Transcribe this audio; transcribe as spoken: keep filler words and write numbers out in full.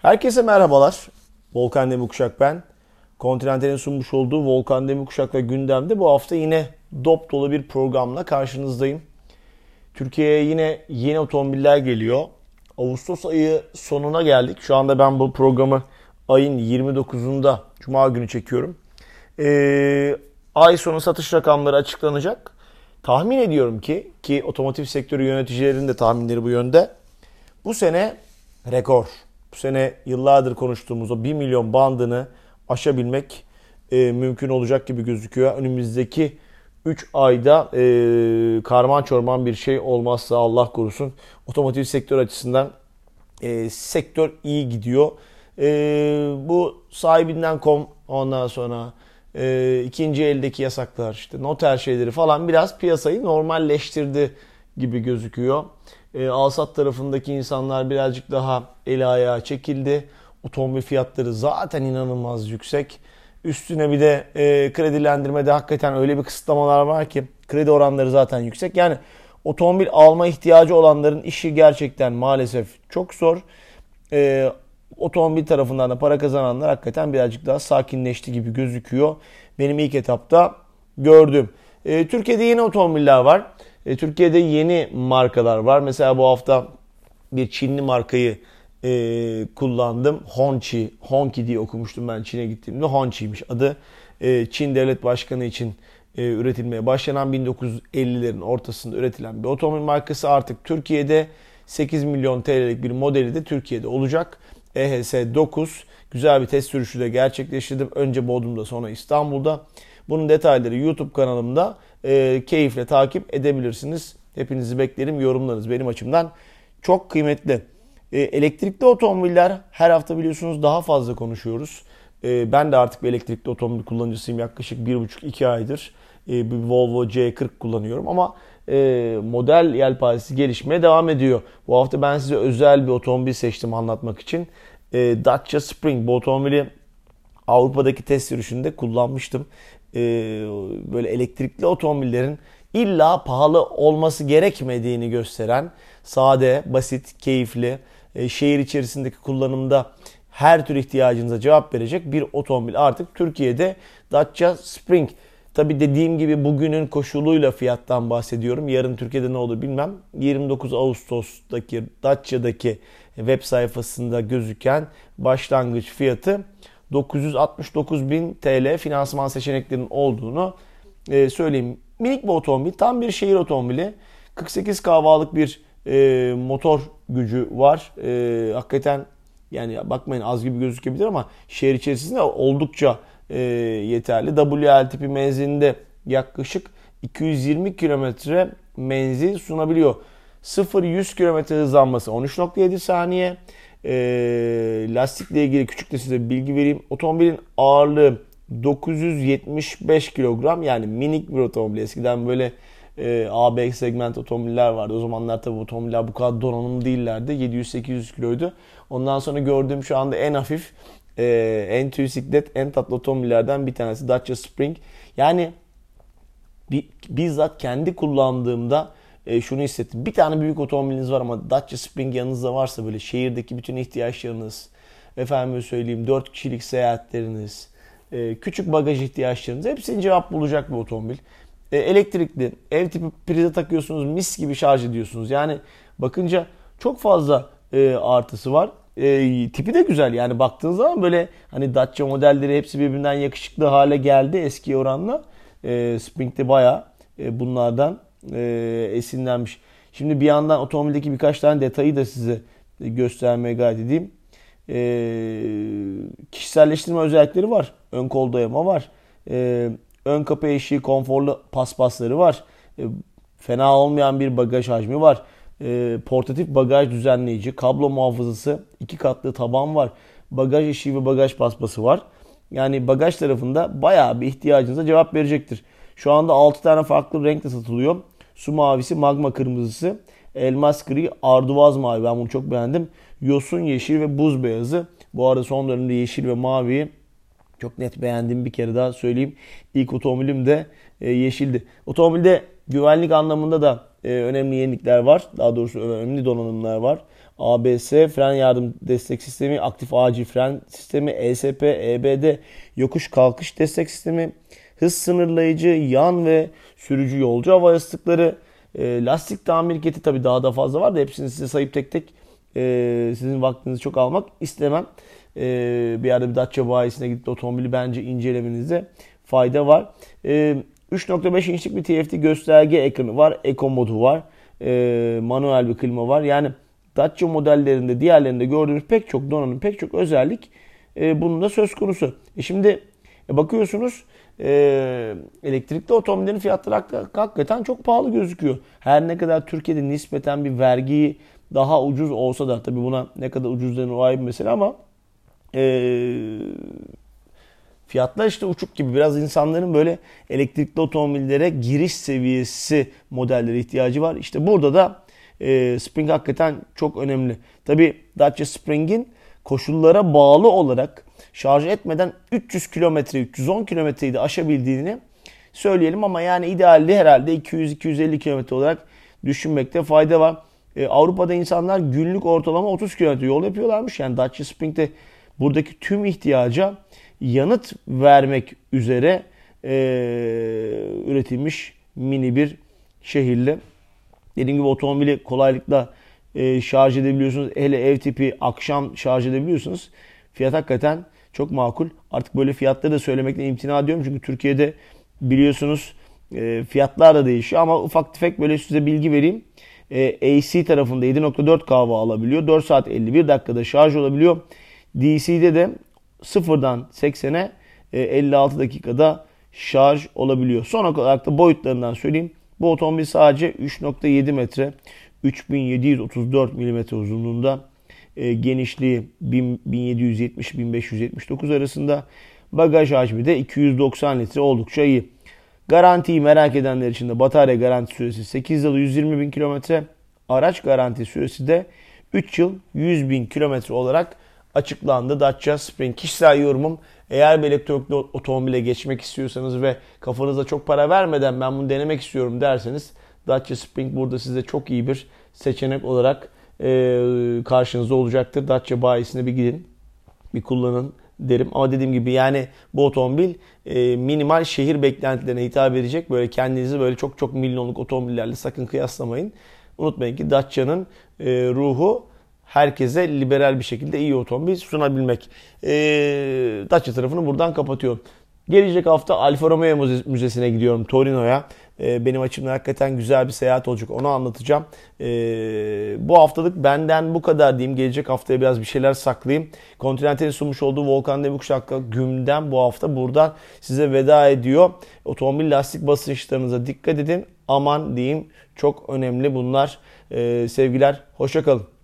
Herkese merhabalar. Volkan Demirkuşak ben. Continental'in sunmuş olduğu Volkan Demirkuşak'la gündemde bu hafta yine dop dolu bir programla karşınızdayım. Türkiye'ye yine yeni otomobiller geliyor. Ağustos ayı sonuna geldik. Şu anda ben bu programı ayın yirmi dokuzunda Cuma günü çekiyorum. Ee, ay sonu satış rakamları açıklanacak. Tahmin ediyorum ki ki otomotiv sektörü yöneticilerinin de tahminleri bu yönde. Bu sene rekor. Bu sene yıllardır konuştuğumuz o bir milyon bandını aşabilmek e, mümkün olacak gibi gözüküyor. Önümüzdeki üç ayda e, karman çorman bir şey olmazsa Allah korusun otomotiv sektör açısından e, sektör iyi gidiyor. E, bu sahibinden nokta com ondan sonra e, ikinci eldeki yasaklar işte noter şeyleri falan biraz piyasayı normalleştirdi gibi gözüküyor. E, alsat tarafındaki insanlar birazcık daha eli ayağa çekildi. Otomobil fiyatları zaten inanılmaz yüksek. Üstüne bir de e, kredilendirmede hakikaten öyle bir kısıtlamalar var ki kredi oranları zaten yüksek. Yani otomobil alma ihtiyacı olanların işi gerçekten maalesef çok zor. E, otomobil tarafından da para kazananlar hakikaten birazcık daha sakinleşti gibi gözüküyor. Benim ilk etapta gördüğüm. E, Türkiye'de yeni otomobiller var. E, Türkiye'de yeni markalar var. Mesela bu hafta bir Çinli markayı e, kullandım. Hongqi, Hongqi diye okumuştum ben Çin'e gittiğimde. Hongqi'ymiş adı. E, Çin Devlet Başkanı için e, üretilmeye başlanan bin dokuz yüz ellilerin ortasında üretilen bir otomobil markası artık Türkiye'de sekiz milyon T L'lik bir modeli de Türkiye'de olacak. E H S dokuz güzel bir test sürüşü de gerçekleştirdim. Önce Bodrum'da sonra İstanbul'da. Bunun detayları YouTube kanalımda e, keyifle takip edebilirsiniz. Hepinizi beklerim. Yorumlarınız benim açımdan çok kıymetli. E, elektrikli otomobiller her hafta biliyorsunuz daha fazla konuşuyoruz. E, ben de artık bir elektrikli otomobil kullanıcısıyım. Yaklaşık bir buçuk iki aydır e, bir Volvo C kırk kullanıyorum. Ama e, model yelpazesi gelişmeye devam ediyor. Bu hafta ben size özel bir otomobil seçtim anlatmak için. E, Dacia Spring. Bu otomobili Avrupa'daki test sürüşünde kullanmıştım. Ee, böyle elektrikli otomobillerin illa pahalı olması gerekmediğini gösteren sade, basit, keyifli, e, şehir içerisindeki kullanımda her tür ihtiyacınıza cevap verecek bir otomobil artık Türkiye'de Dacia Spring. Tabi dediğim gibi bugünün koşuluyla fiyattan bahsediyorum. Yarın Türkiye'de ne olur bilmem. yirmi dokuz Ağustos'taki Dacia'daki web sayfasında gözüken başlangıç fiyatı dokuz yüz altmış dokuz bin T L finansman seçeneklerinin olduğunu e, söyleyeyim. Minik bir otomobil, tam bir şehir otomobili. kırk sekiz kahvalık bir e, motor gücü var. E, hakikaten yani bakmayın az gibi gözükebilir ama şehir içerisinde oldukça e, yeterli. W L tipi menzilinde yaklaşık iki yüz yirmi kilometre menzil sunabiliyor. sıfır yüz kilometre hızlanması on üç nokta yedi saniye. E, lastikle ilgili küçük de size bir bilgi vereyim. Otomobilin ağırlığı dokuz yüz yetmiş beş kilogram, yani minik bir otomobil. Eskiden böyle e, A B segment otomobiller vardı. O zamanlar tabii otomobiller bu kadar donanımlı değillerdi. yedi yüz sekiz yüz kiloydu. Ondan sonra gördüğüm şu anda en hafif, e, en tüy siklet, en tatlı otomobillerden bir tanesi Dacia Spring. Yani bizzat kendi kullandığımda e, şunu hissettim. Bir tane büyük otomobiliniz var ama Dacia Spring yanınızda varsa böyle şehirdeki bütün ihtiyaçlarınız, efendime söyleyeyim dört kişilik seyahatleriniz, e, küçük bagaj ihtiyaçlarınız hepsinin cevap bulacak bir otomobil. E, elektrikli, ev tipi prize takıyorsunuz, mis gibi şarj ediyorsunuz. Yani bakınca çok fazla e, artısı var. E, tipi de güzel yani baktığınız zaman böyle hani Dacia modelleri hepsi birbirinden yakışıklı hale geldi eskiye oranla. E, Spring de bayağı e, bunlardan e, esinlenmiş. Şimdi bir yandan otomobildeki birkaç tane detayı da size göstermeye gayret edeyim. E, kişiselleştirme özellikleri var. Ön kol dayama var. E, ön kapı eşiği konforlu paspasları var. E, fena olmayan bir bagaj hacmi var. E, portatif bagaj düzenleyici, kablo muhafızası, iki katlı taban var. Bagaj eşiği ve bagaj paspası var. Yani bagaj tarafında bayağı bir ihtiyacınıza cevap verecektir. Şu anda altı tane farklı renkte satılıyor. Su mavisi, magma kırmızısı, elmas gri, arduvaz mavi. Ben bunu çok beğendim. Yosun yeşil ve buz beyazı. Bu arada son dönemde yeşil ve maviyi çok net beğendiğim bir kere daha söyleyeyim. İlk otomobilim de e, yeşildi. Otomobilde güvenlik anlamında da e, önemli yenilikler var. Daha doğrusu önemli donanımlar var. A B S, fren yardım destek sistemi, aktif acil fren sistemi, E S P, E B D, yokuş kalkış destek sistemi, hız sınırlayıcı, yan ve sürücü yolcu hava yastıkları, e, lastik tamir kiti, tabii daha da fazla var da hepsini size sayıp tek tek e, sizin vaktinizi çok almak istemem. E, bir yerde bir Dacia bayisine gidip otomobili bence incelemenizde fayda var. E, üç nokta beş inçlik bir T F T gösterge ekranı var. Eco modu var. E, manuel bir klima var. Yani Dacia modellerinde, diğerlerinde gördüğünüz pek çok donanım, pek çok özellik e, bunun da söz konusu. E şimdi e, bakıyorsunuz e, elektrikli otomobillerin fiyatları hakikaten çok pahalı gözüküyor. Her ne kadar Türkiye'de nispeten bir vergi daha ucuz olsa da, tabii buna ne kadar ucuz denir o ayrı bir mesele, ama e, fiyatlar işte uçuk gibi. Biraz insanların böyle elektrikli otomobillere giriş seviyesi modellere ihtiyacı var. İşte burada da e, Spring hakikaten çok önemli. Tabii Dacia Spring'in koşullara bağlı olarak şarj etmeden üç yüz kilometre, üç yüz on kilometreyi de aşabildiğini söyleyelim, ama yani idealde herhalde iki yüz iki yüz elli kilometre olarak düşünmekte fayda var. Ee, Avrupa'da insanlar günlük ortalama otuz kilometre yol yapıyorlarmış. Yani Dacia Spring'de buradaki tüm ihtiyaca yanıt vermek üzere e, üretilmiş mini bir şehirli. Dediğim gibi otomobili kolaylıkla e, şarj edebiliyorsunuz. Hele ev tipi akşam şarj edebiliyorsunuz. Fiyat hakikaten çok makul. Artık böyle fiyatları da söylemekten imtina ediyorum. Çünkü Türkiye'de biliyorsunuz e, fiyatlar da değişiyor. Ama ufak tefek böyle size bilgi vereyim. E, A C tarafında yedi nokta dört kilowatt alabiliyor. dört saat elli bir dakikada şarj olabiliyor. D C'de de sıfırdan seksene e, elli altı dakikada şarj olabiliyor. Son olarak da boyutlarından söyleyeyim. Bu otomobil sadece üç nokta yedi metre, üç bin yedi yüz otuz dört milimetre uzunluğunda, e, genişliği bin yedi yüz yetmiş bin beş yüz yetmiş dokuz arasında, bagaj hacmi de iki yüz doksan litre, oldukça iyi. Garantiyi merak edenler için de batarya garanti süresi sekiz yıl yüz yirmi bin kilometre, araç garanti süresi de üç yıl yüz bin kilometre olarak açıklandı. Dacia Spring. Kişisel yorumum, eğer bir elektrikli otomobile geçmek istiyorsanız ve kafanıza çok para vermeden ben bunu denemek istiyorum derseniz, Dacia Spring burada size çok iyi bir seçenek olarak e, karşınızda olacaktır. Dacia bayisine bir gidin, bir kullanın derim. Ama dediğim gibi yani bu otomobil e, minimal şehir beklentilerine hitap edecek. Böyle kendinizi böyle çok çok milyonluk otomobillerle sakın kıyaslamayın. Unutmayın ki Dacia'nın e, ruhu herkese liberal bir şekilde iyi otomobil sunabilmek. E, Dacia tarafını buradan kapatıyorum. Gelecek hafta Alfa Romeo Müzesi'ne gidiyorum, Torino'ya. E, benim açımdan hakikaten güzel bir seyahat olacak. Onu anlatacağım. E, bu haftalık benden bu kadar diyeyim. Gelecek haftaya biraz bir şeyler saklayayım. Continental'in sunmuş olduğu Volkan Demirkuşak'la gündem bu hafta buradan size veda ediyor. Otomobil lastik basınçlarınıza dikkat edin. Aman diyeyim, çok önemli bunlar. E, sevgiler, hoşça kalın.